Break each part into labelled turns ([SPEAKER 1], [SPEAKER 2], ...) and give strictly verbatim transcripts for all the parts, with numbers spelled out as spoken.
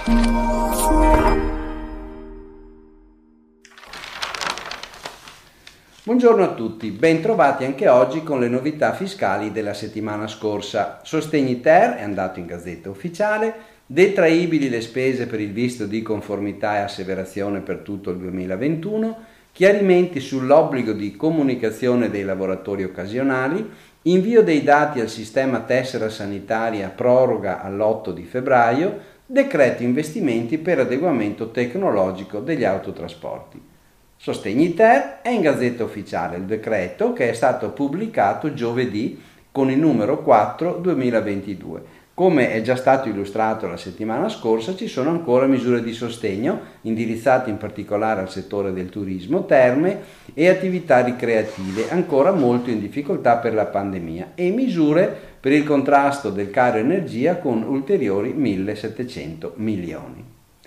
[SPEAKER 1] Buongiorno a tutti, ben trovati anche oggi con le novità fiscali della settimana scorsa. Sostegni-ter è andato in Gazzetta Ufficiale, detraibili le spese per il visto di conformità e asseverazione per tutto il duemilaventuno, chiarimenti sull'obbligo di comunicazione dei lavoratori occasionali, invio dei dati al sistema tessera sanitaria, proroga all'otto di febbraio, decreto investimenti per adeguamento tecnologico degli autotrasporti. Sostegni-ter è in Gazzetta Ufficiale il decreto che è stato pubblicato giovedì con il numero quattro duemilaventidue. Come è già stato illustrato la settimana scorsa, ci sono ancora misure di sostegno indirizzate in particolare al settore del turismo, terme e attività ricreative, ancora molto in difficoltà per la pandemia, e misure per il contrasto del caro energia con ulteriori millesettecento milioni.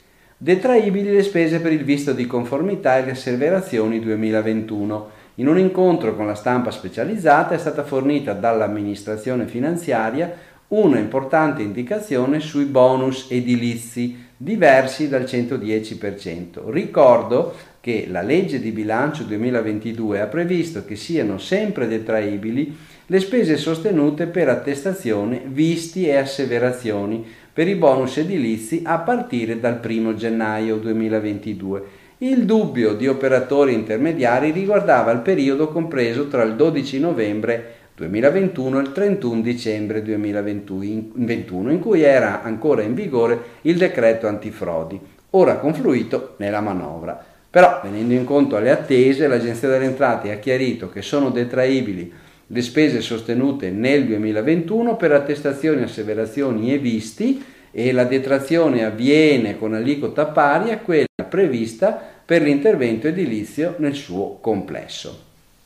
[SPEAKER 1] Detraibili le spese per il visto di conformità e le asseverazioni duemilaventuno. In un incontro con la stampa specializzata è stata fornita dall'amministrazione finanziaria una importante indicazione sui bonus edilizi diversi dal centodieci per cento. Ricordo che la legge di bilancio duemilaventidue ha previsto che siano sempre detraibili le spese sostenute per attestazione, visti e asseverazioni per i bonus edilizi a partire dal primo gennaio duemilaventidue. Il dubbio di operatori intermediari riguardava il periodo compreso tra il dodici novembre duemilaventuno e il trentuno dicembre duemilaventuno, in cui era ancora in vigore il decreto antifrodi, ora confluito nella manovra. Però, venendo incontro alle attese, l'Agenzia delle Entrate ha chiarito che sono detraibili le spese sostenute nel duemilaventuno per attestazioni, asseverazioni e visti, e la detrazione avviene con aliquota pari a quella prevista per l'intervento edilizio nel suo complesso.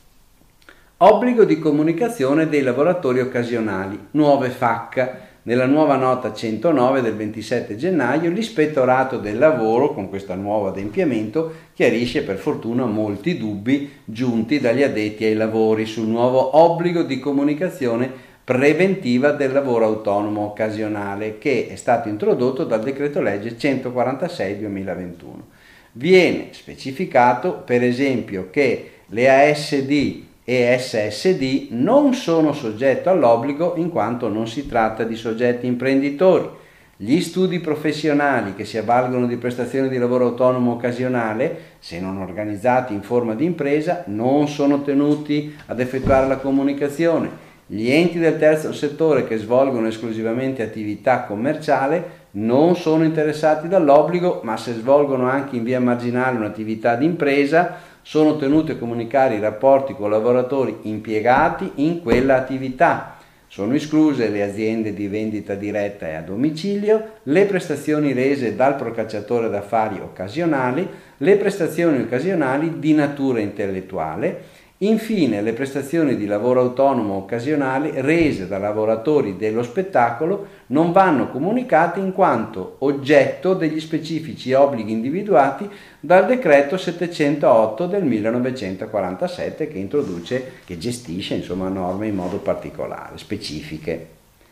[SPEAKER 1] Obbligo di comunicazione dei lavoratori occasionali, nuove F A C. Nella nuova nota centonove del ventisette gennaio l'Ispettorato del Lavoro, con questo nuovo adempimento, chiarisce per fortuna molti dubbi giunti dagli addetti ai lavori sul nuovo obbligo di comunicazione preventiva del lavoro autonomo occasionale, che è stato introdotto dal decreto legge centoquarantasei duemilaventuno. Viene specificato per esempio che le A S D e S S D non sono soggetto all'obbligo in quanto non si tratta di soggetti imprenditori. Gli studi professionali che si avvalgono di prestazioni di lavoro autonomo occasionale, se non organizzati in forma di impresa, non sono tenuti ad effettuare la comunicazione. Gli enti del terzo settore che svolgono esclusivamente attività commerciale non sono interessati dall'obbligo, ma se svolgono anche in via marginale un'attività di impresa, sono tenuti a comunicare i rapporti con lavoratori impiegati in quella attività. Sono escluse le aziende di vendita diretta e a domicilio, le prestazioni rese dal procacciatore d'affari occasionali, le prestazioni occasionali di natura intellettuale, infine le prestazioni di lavoro autonomo occasionali rese da lavoratori dello spettacolo non vanno comunicate in quanto oggetto degli specifici obblighi individuati dal decreto settecentootto del millenovecentoquarantasette, che introduce, che gestisce insomma norme in modo particolare, specifiche.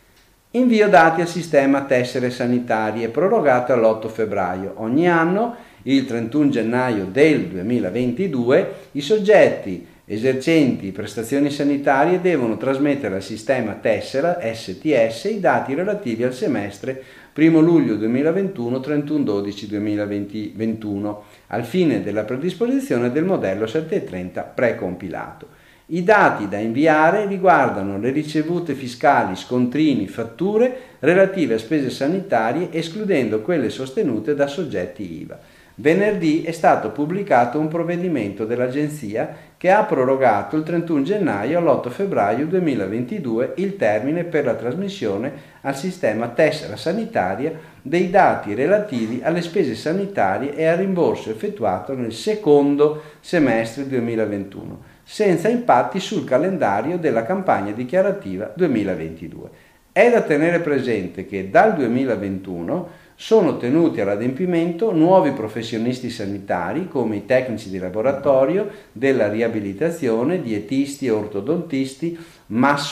[SPEAKER 1] Invio dati al sistema tessere sanitarie prorogato all'otto febbraio. Ogni anno, il trentuno gennaio del duemilaventidue, i soggetti esercenti prestazioni sanitarie devono trasmettere al sistema tessera S T S i dati relativi al semestre primo luglio duemilaventuno trentuno dodici duemilaventuno al fine della predisposizione del modello settecentotrenta precompilato. I dati da inviare riguardano le ricevute fiscali, scontrini, fatture relative a spese sanitarie, escludendo quelle sostenute da soggetti I V A. Venerdì è stato pubblicato un provvedimento dell'Agenzia che ha prorogato il trentuno gennaio all'otto febbraio duemilaventidue il termine per la trasmissione al sistema tessera sanitaria dei dati relativi alle spese sanitarie e al rimborso effettuato nel secondo semestre duemilaventuno, senza impatti sul calendario della campagna dichiarativa duemilaventidue. È da tenere presente che dal duemilaventuno sono tenuti all'adempimento nuovi professionisti sanitari come i tecnici di laboratorio, della riabilitazione, dietisti, ortodontisti,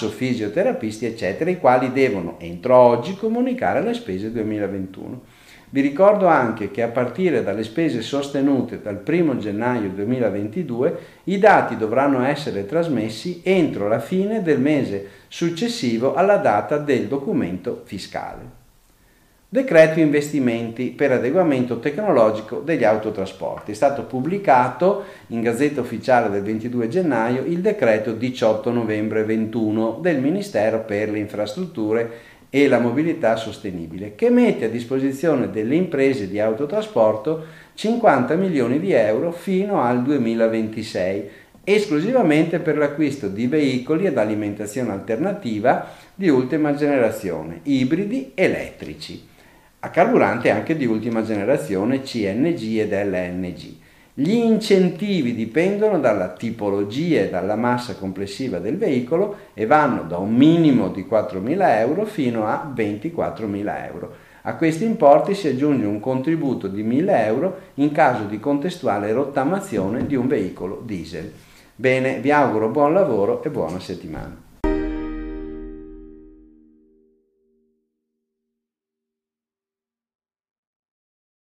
[SPEAKER 1] massofisioterapisti, eccetera, i quali devono entro oggi comunicare le spese duemilaventuno. Vi ricordo anche che a partire dalle spese sostenute dal primo gennaio duemilaventidue i dati dovranno essere trasmessi entro la fine del mese successivo alla data del documento fiscale. Decreto investimenti per adeguamento tecnologico degli autotrasporti. È stato pubblicato in Gazzetta Ufficiale del ventidue gennaio il decreto diciotto novembre ventuno del Ministero per le Infrastrutture e la Mobilità Sostenibile, che mette a disposizione delle imprese di autotrasporto cinquanta milioni di euro fino al duemilaventisei, esclusivamente per l'acquisto di veicoli ad alimentazione alternativa di ultima generazione, ibridi elettrici, a carburante anche di ultima generazione C N G ed L N G. Gli incentivi dipendono dalla tipologia e dalla massa complessiva del veicolo e vanno da un minimo di quattromila euro fino a ventiquattromila euro. A questi importi si aggiunge un contributo di mille euro in caso di contestuale rottamazione di un veicolo diesel. Bene, vi auguro buon lavoro e buona settimana.